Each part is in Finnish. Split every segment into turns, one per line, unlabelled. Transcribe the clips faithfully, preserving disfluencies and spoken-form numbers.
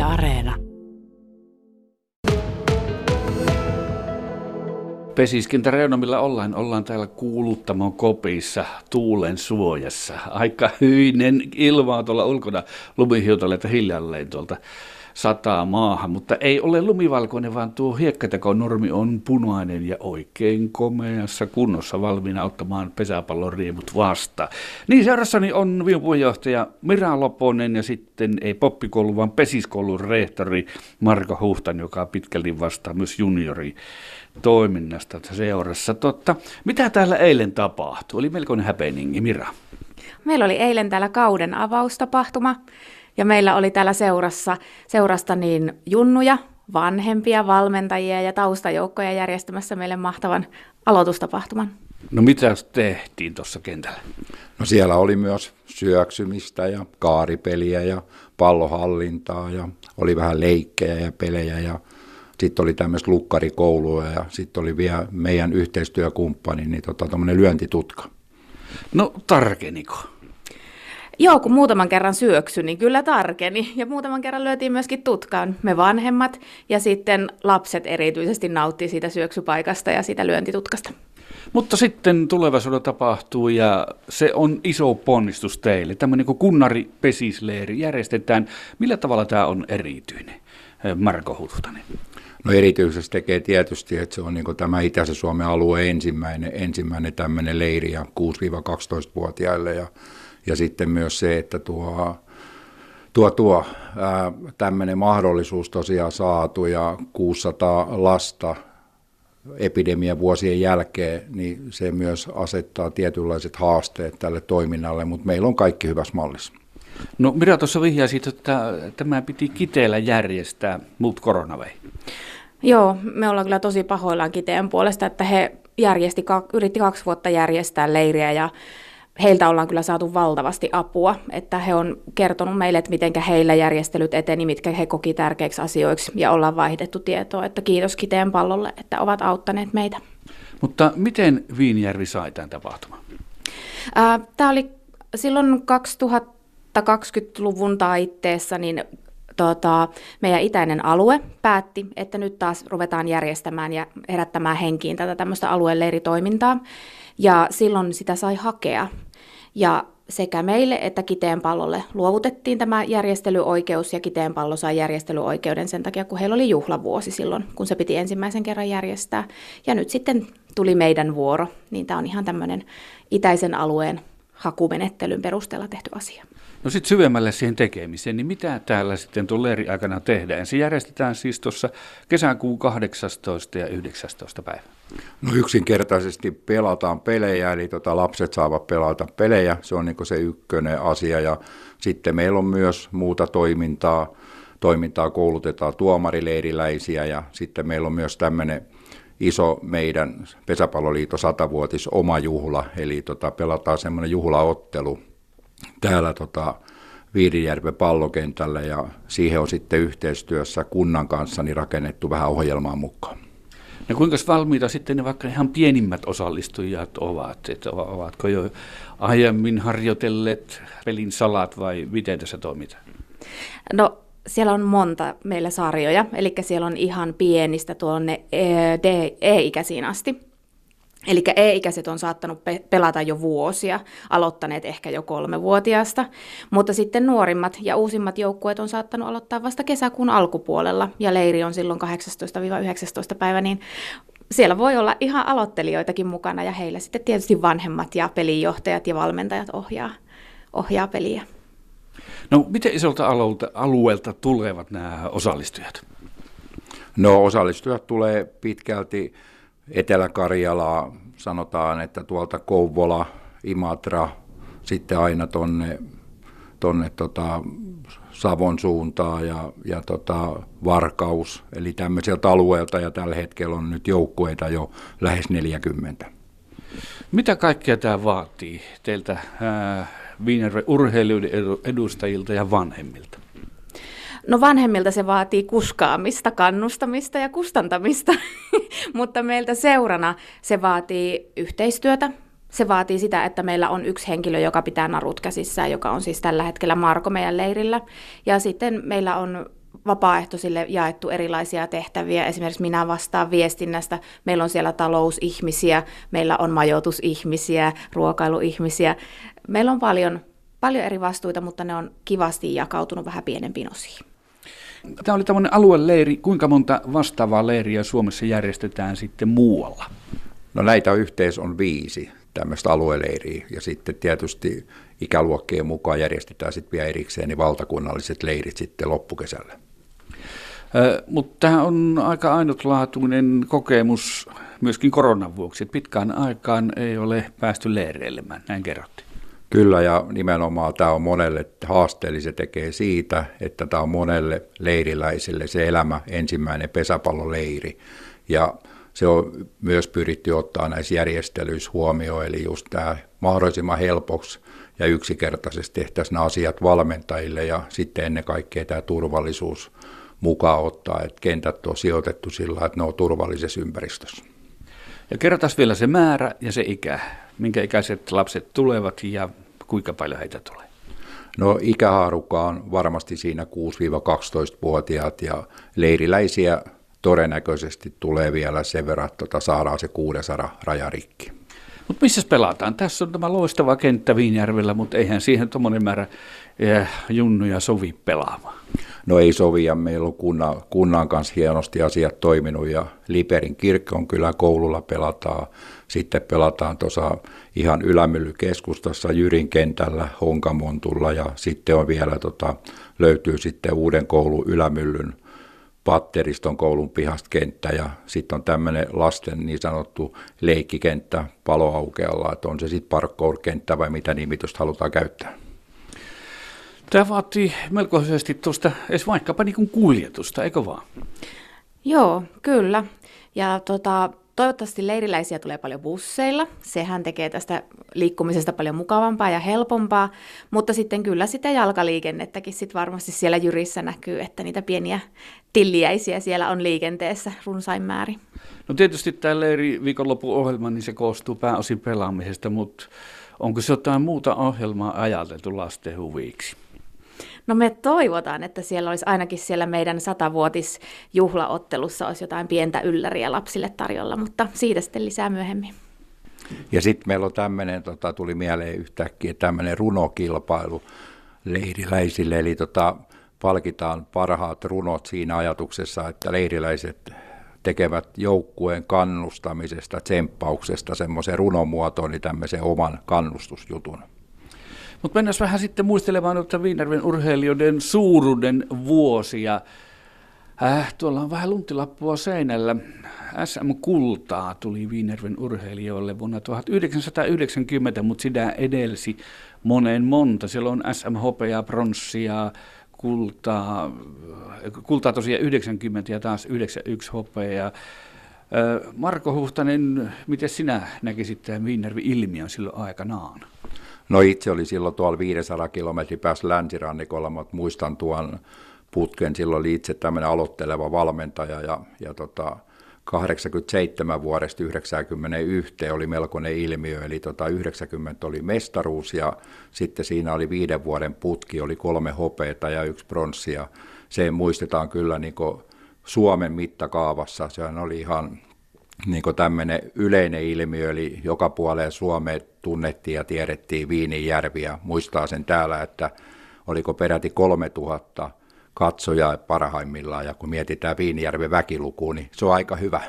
Areena.
Pesiskentä Reunomilla ollaan, ollaan täällä Kuuluttamon kopissa tuulen suojassa. Aika hyinen ilmaa tuolla ulkona lumihiutaleita hiljalleen tuolta sataa maahan, mutta ei ole lumivalkoinen, vaan tuo hiekkatekonurmi on punainen ja oikein komeassa kunnossa valmiina ottamaan pesäpallon riemut vastaan. Niin seurassani on viime puheenjohtaja Mira Loponen ja sitten ei poppikoulu, vaan pesiskoulun rehtori Marko Huhtan, joka pitkälti vastaa myös juniori toiminnasta seurassa. Totta, mitä täällä eilen tapahtui? Oli melkoinen happeningi, Mira.
Meillä oli eilen täällä kauden avaustapahtuma ja meillä oli täällä seurassa, seurasta niin junnuja, vanhempia, valmentajia ja taustajoukkoja järjestämässä meille mahtavan aloitustapahtuman.
No mitä tehtiin tuossa kentällä?
No siellä oli myös syöksymistä ja kaaripeliä ja pallohallintaa ja oli vähän leikkejä ja pelejä ja sitten oli tämmöistä lukkarikoulua ja sitten oli vielä meidän yhteistyökumppani, niin tota, tämmöinen lyöntitutka.
No tarkeniko?
Joo, kun muutaman kerran syöksy, niin kyllä tarkeni. Ja muutaman kerran lyötiin myöskin tutkaan me vanhemmat ja sitten lapset erityisesti nauttii siitä syöksypaikasta ja siitä lyöntitutkasta.
Mutta sitten tulevaisuudessa tapahtuu ja se on iso ponnistus teille. Tämmöinen kuin kunnari-pesisleiri järjestetään. Millä tavalla tämä on erityinen, Marko Huhtanen?
No erityisesti tekee tietysti, että se on niin kuin tämä Itäisen Suomen alueen ensimmäinen, ensimmäinen tämmöinen leiri ja kuusi-kaksitoista-vuotiaille ja, ja sitten myös se, että tuo, tuo, tuo ää, tämmöinen mahdollisuus tosiaan saatu ja kuusisataa lasta epidemian vuosien jälkeen, niin se myös asettaa tietynlaiset haasteet tälle toiminnalle, mutta meillä on kaikki hyvässä mallissa.
No Mira tuossa vihjasit, että tämä piti Kiteellä järjestää, mutta korona vei.
Joo, me ollaan kyllä tosi pahoillaan Kiteen puolesta, että he järjesti, yritti kaksi vuotta järjestää leiriä ja heiltä ollaan kyllä saatu valtavasti apua, että he on kertonut meille, että miten heillä järjestelyt eteni, mitkä he koki tärkeiksi asioiksi ja ollaan vaihdettu tietoa, että kiitos Kiteen pallolle, että ovat auttaneet meitä.
Mutta miten Viinijärvi sai tämän tapahtuman?
Tämä oli silloin kaksituhattakaksikymmentäluvun taitteessa, niin Tota, meidän itäinen alue päätti, että nyt taas ruvetaan järjestämään ja herättämään henkiin tätä tämmöistä alueen leiritoimintaa. Ja silloin sitä sai hakea. Ja sekä meille että Kiteen pallolle luovutettiin tämä järjestelyoikeus ja Kiteen pallo sai järjestelyoikeuden sen takia, kun heillä oli juhlavuosi silloin, kun se piti ensimmäisen kerran järjestää. Ja nyt sitten tuli meidän vuoro, niin tämä on ihan tämmöinen itäisen alueen hakumenettelyn perusteella tehty asia.
No sitten syvemmälle siihen tekemiseen, niin mitä täällä sitten tuon leirin aikana tehdään? Se järjestetään siis tuossa kesäkuun kahdeksastoista ja yhdeksästoista päivä.
No yksinkertaisesti pelataan pelejä, eli tota lapset saavat pelata pelejä, se on niin kuin se ykkönen asia. Ja sitten meillä on myös muuta toimintaa, toimintaa koulutetaan tuomarileiriläisiä ja sitten meillä on myös tämmöinen iso meidän Pesäpalloliiton satavuotis oma juhla, eli tota, pelataan semmoinen juhlaottelu täällä tota, Viidijärven pallokentällä ja siihen on sitten yhteistyössä kunnan kanssa niin rakennettu vähän ohjelmaa mukaan.
No kuinka valmiita sitten ne vaikka ihan pienimmät osallistujat ovat? Että ovatko jo aiemmin harjoitelleet pelin salat vai miten tässä toimitaan?
No siellä on monta meillä sarjoja, eli siellä on ihan pienistä tuonne E-ikäisiin asti. Eli E-ikäiset on saattanut pe- pelata jo vuosia, aloittaneet ehkä jo kolmevuotiaasta, mutta sitten nuorimmat ja uusimmat joukkueet on saattanut aloittaa vasta kesäkuun alkupuolella, ja leiri on silloin kahdeksastoista yhdeksästoista päivä, niin siellä voi olla ihan aloittelijoitakin mukana, ja heillä sitten tietysti vanhemmat ja pelinjohtajat ja valmentajat ohjaa, ohjaa peliä.
No miten isolta alueelta, alueelta tulevat nämä osallistujat?
No osallistujat tulee pitkälti Etelä-Karjalaa, sanotaan, että tuolta Kouvola, Imatra, sitten aina tonne, tonne tota Savon suuntaan ja, ja tota Varkaus, eli tämmöiseltä alueelta, ja tällä hetkellä on nyt joukkueita jo lähes neljäkymmentä.
Mitä kaikkea tämä vaatii teiltä Viinijärven urheilijoiden edustajilta ja vanhemmilta?
No vanhemmilta se vaatii kuskaamista, kannustamista ja kustantamista, mutta meiltä seurana se vaatii yhteistyötä. Se vaatii sitä, että meillä on yksi henkilö, joka pitää narut käsissään, joka on siis tällä hetkellä Marko meidän leirillä. Ja sitten meillä on vapaaehtoisille jaettu erilaisia tehtäviä. Esimerkiksi minä vastaan viestinnästä. Meillä on siellä talousihmisiä, meillä on majoitusihmisiä, ruokailuihmisiä. Meillä on paljon, paljon eri vastuita, mutta ne on kivasti jakautunut vähän pienempiin osiin.
Tämä oli tämmöinen alueleiri. Kuinka monta vastaavaa leiriä Suomessa järjestetään sitten muualla?
No näitä yhteensä on viisi tämmöistä alueleiriä ja sitten tietysti ikäluokkien mukaan järjestetään sitten vielä erikseen niin valtakunnalliset leirit sitten loppukesällä.
Mutta tämä on aika ainutlaatuinen kokemus myöskin koronan vuoksi. Pitkään aikaan ei ole päästy leireilemään, näin kerrottiin.
Kyllä, ja nimenomaan tämä on monelle haasteellinen, se tekee siitä, että tämä on monelle leiriläiselle se elämä ensimmäinen pesäpalloleiri. Ja se on myös pyritty ottaa näissä järjestelyissä huomioon, eli just tämä mahdollisimman helpoksi ja yksinkertaisesti tehtäisiin nämä asiat valmentajille ja sitten ennen kaikkea tämä turvallisuus mukaan ottaa, että kentät on sijoitettu sillä, että ne on turvallisessa ympäristössä.
Ja kerrotaan vielä se määrä ja se ikä, minkä ikäiset lapset tulevat ja kuinka paljon heitä tulee?
No ikähaarukka on varmasti siinä kuusi-kaksitoista-vuotiaat ja leiriläisiä todennäköisesti tulee vielä sen verran, että tota saadaan se kuusisataa rajarikki.
Mutta missä pelataan? Tässä on tämä loistava kenttä Viinijärvellä, mutta eihän siihen tuommoinen määrä junnuja sovi pelaamaan.
No ei sovi, ja meillä on kunnan, kunnan kanssa hienosti asiat toiminut, ja Liperin kirkon kylän koululla pelataan. Sitten pelataan tuossa ihan Ylämyllykeskustassa Jyrin kentällä Honkamontulla, ja sitten on vielä, tota, löytyy sitten uuden koulun Ylämyllyn Patteriston koulun pihasta kenttä, ja sitten on tämmöinen lasten niin sanottu leikkikenttä Paloaukealla, että on se sitten parkour-kenttä vai mitä nimitystä halutaan käyttää.
Tämä vaatii melkoisesti tuosta edes vaikkapa niin kuin kuljetusta, eikö vaan?
Joo, kyllä. Ja tota, toivottavasti leiriläisiä tulee paljon busseilla. Sehän tekee tästä liikkumisesta paljon mukavampaa ja helpompaa. Mutta sitten kyllä sitä jalkaliikennettäkin sit varmasti siellä Jyrissä näkyy, että niitä pieniä tilliäisiä siellä on liikenteessä runsain määrin.
No tietysti tämä leiri viikonlopun ohjelma, niin se koostuu pääosin pelaamisesta, mutta onko se jotain muuta ohjelmaa ajateltu lasten huviksi?
No me toivotaan, että siellä olisi ainakin siellä meidän satavuotisjuhlaottelussa olisi jotain pientä ylläriä lapsille tarjolla, mutta siitä sitten lisää myöhemmin.
Ja sitten meillä on tämmöinen, tota, tuli mieleen yhtäkkiä tämmöinen runokilpailu leiriläisille, eli tota, palkitaan parhaat runot siinä ajatuksessa, että leiriläiset tekevät joukkueen kannustamisesta, tsemppauksesta semmoisen runomuotoon, niin tämmöisen oman kannustusjutun.
Mutta mennään vähän sitten muistelemaan noita Viinijärven urheilijoiden suuruuden vuosia. Äh, tuolla on vähän lunttilappua seinällä. S M-kultaa tuli Viinijärven urheilijoille vuonna tuhatyhdeksänsataayhdeksänkymmentä, mutta sitä edelsi moneen monta. Siellä on S M-hopeaa, pronssia, kultaa, kultaa tosiaan yhdeksänkymmentä ja taas yhdeksänkymmentäyksi hopeaa. Marko Huhtanen, miten sinä näkisit tämän Viinijärven ilmiön silloin aikanaan?
No itse oli silloin tuolla viisisataa kilometrin päässä länsirannikolla, mutta muistan tuon putken, silloin oli itse tämmöinen aloitteleva valmentaja ja, ja tota, kahdeksankymmentäseitsemän vuodesta yhdeksänkymmentäyksi oli melkoinen ilmiö, eli tota yhdeksänkymmentä oli mestaruus ja sitten siinä oli viiden vuoden putki, oli kolme hopeata ja yksi pronssia. Se muistetaan kyllä niin kuin Suomen mittakaavassa, sehän oli ihan niin kuin tämmöinen yleinen ilmiö, eli joka puoleen Suomeen tunnettiin ja tiedettiin Viinijärvi, ja muistaa sen täällä, että oliko peräti kolmetuhatta katsojaa parhaimmillaan, ja kun mietitään Viinijärven väkilukuun, niin se on aika hyvä.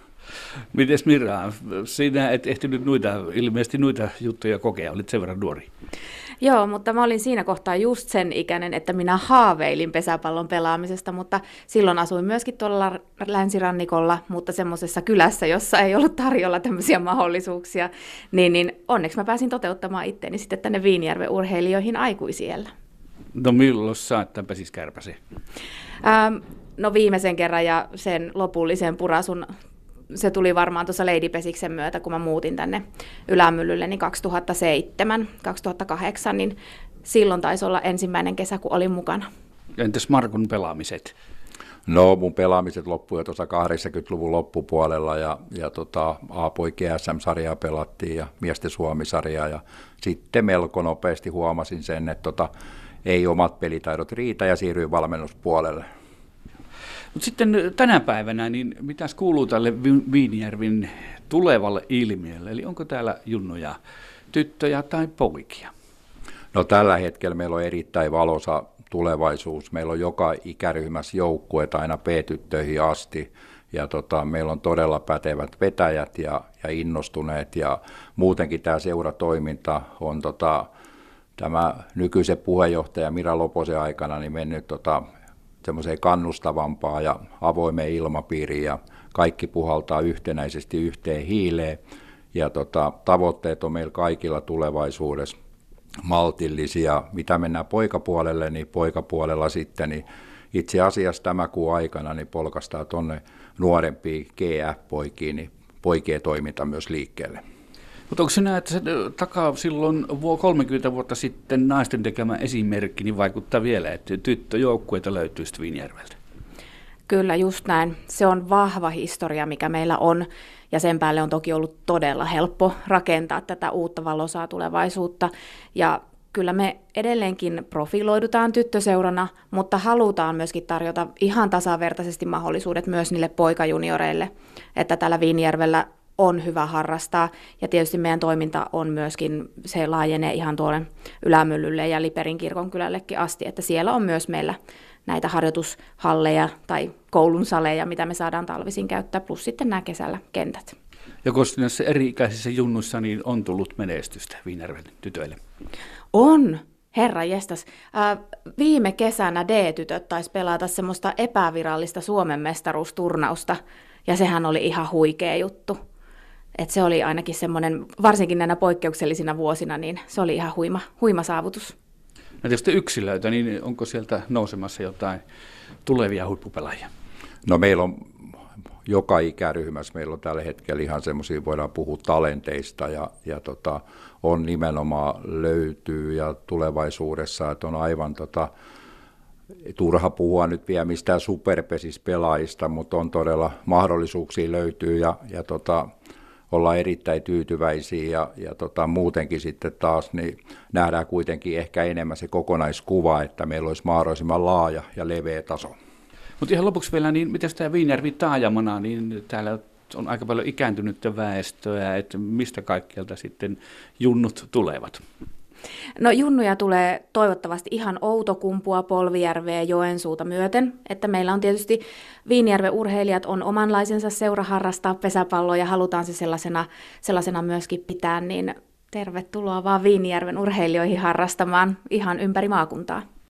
Mites Mira, sinä et ehtinyt noita, ilmeisesti noita juttuja kokea, olit sen verran nuori.
Joo, mutta mä olin siinä kohtaa just sen ikäinen, että minä haaveilin pesäpallon pelaamisesta, mutta silloin asuin myöskin tuolla länsirannikolla, mutta semmoisessa kylässä, jossa ei ollut tarjolla tämmöisiä mahdollisuuksia, niin, niin onneksi mä pääsin toteuttamaan itteeni sitten tänne Viinijärven urheilijoihin aikuisiellä.
No milloin sä et tämpäsis kärpäsi?
Ähm, no viimeisen kerran ja sen lopullisen purasun, se tuli varmaan tuossa Lady Pesiksen myötä, kun mä muutin tänne Ylämyllylle, niin kaksituhattaseitsemän kaksituhattakahdeksan, niin silloin taisi olla ensimmäinen kesä, kun olin mukana.
Entäs Markun pelaamiset?
No mun pelaamiset loppui jo tuossa kahdeksankymmentäluvun loppupuolella ja, ja tota, A-poikien S M-sarjaa pelattiin ja miesten Suomi-sarjaa ja sitten melko nopeasti huomasin sen, että tota, ei omat pelitaidot riitä ja siirryin valmennuspuolelle.
Mutta sitten tänä päivänä, niin mitäs kuuluu tälle Viinijärven tulevalle ilmiölle? Eli onko täällä junnuja tyttöjä tai poikia?
No tällä hetkellä meillä on erittäin valoisa tulevaisuus. Meillä on joka ikäryhmässä joukkueet aina B-tyttöihin asti. Ja tota, meillä on todella pätevät vetäjät ja, ja innostuneet. Ja muutenkin tämä seuratoiminta on tota, tämä nykyisen puheenjohtaja Mira Loposen aikana niin mennyt tota, semmoiseen kannustavampaan ja avoimeen ilmapiiriin. Ja kaikki puhaltaa yhtenäisesti yhteen hiileen. Ja tota, tavoitteet on meillä kaikilla tulevaisuudessa maltillisia. Mitä mennään poikapuolelle, niin poikapuolella sitten niin itse asiassa tämä kuun aikana niin polkastaa tuonne nuorempiin G F-poikiin, niin poikien toiminta myös liikkeelle.
Mutta onko se näin, että se takaa silloin kolmekymmentä vuotta sitten naisten tekemä esimerkki, niin vaikuttaa vielä, että tyttöjoukkueita löytyy Viinijärveltä?
Kyllä, just näin. Se on vahva historia, mikä meillä on, ja sen päälle on toki ollut todella helppo rakentaa tätä uutta valoisaa tulevaisuutta. Ja kyllä me edelleenkin profiloidutaan tyttöseurana, mutta halutaan myöskin tarjota ihan tasavertaisesti mahdollisuudet myös niille poikajunioreille, että täällä Viinijärvellä on hyvä harrastaa. Ja tietysti meidän toiminta on myöskin, se laajenee ihan tuolle Ylämyllylle ja Liperin kirkonkylällekin asti, että siellä on myös meillä näitä harjoitushalleja tai koulun saleja, mitä me saadaan talvisin käyttää, plus sitten nämä kesällä kentät.
Ja koska näissä eri-ikäisissä junnuissa niin on tullut menestystä Viinijärven tytöille?
On, herra jestas. Äh, viime kesänä D-tytöt taisi pelata semmoista epävirallista Suomen mestaruusturnausta, ja sehän oli ihan huikea juttu. Et se oli ainakin semmoinen, varsinkin näinä poikkeuksellisina vuosina, niin se oli ihan huima, huima saavutus.
No tietysti yksilöitä, niin onko sieltä nousemassa jotain tulevia huippupelaajia?
No meillä on joka ikäryhmässä, meillä on tällä hetkellä ihan semmoisia, voidaan puhua talenteista ja, ja tota, on nimenomaan löytyy ja tulevaisuudessa, että on aivan tota, turha puhua nyt vielä mistään superpesispelaajista, mutta on todella mahdollisuuksia löytyy ja, ja tota, ollaan erittäin tyytyväisiä ja, ja tota, muutenkin sitten taas niin nähdään kuitenkin ehkä enemmän se kokonaiskuva, että meillä olisi mahdollisimman laaja ja leveä taso.
Mutta ihan lopuksi vielä, niin miten tämä Viinijärvi taajamana, niin täällä on aika paljon ikääntynyttä väestöä, että mistä kaikkialta sitten junnut tulevat?
No junnuja tulee toivottavasti ihan Outokumpua, Polvijärveä ja Joensuuta myöten, että meillä on tietysti Viinijärven urheilijat on omanlaisensa seura harrastaa pesäpalloa ja halutaan se sellaisena, sellaisena myöskin pitää, niin tervetuloa vaan Viinijärven urheilijoihin harrastamaan ihan ympäri maakuntaa.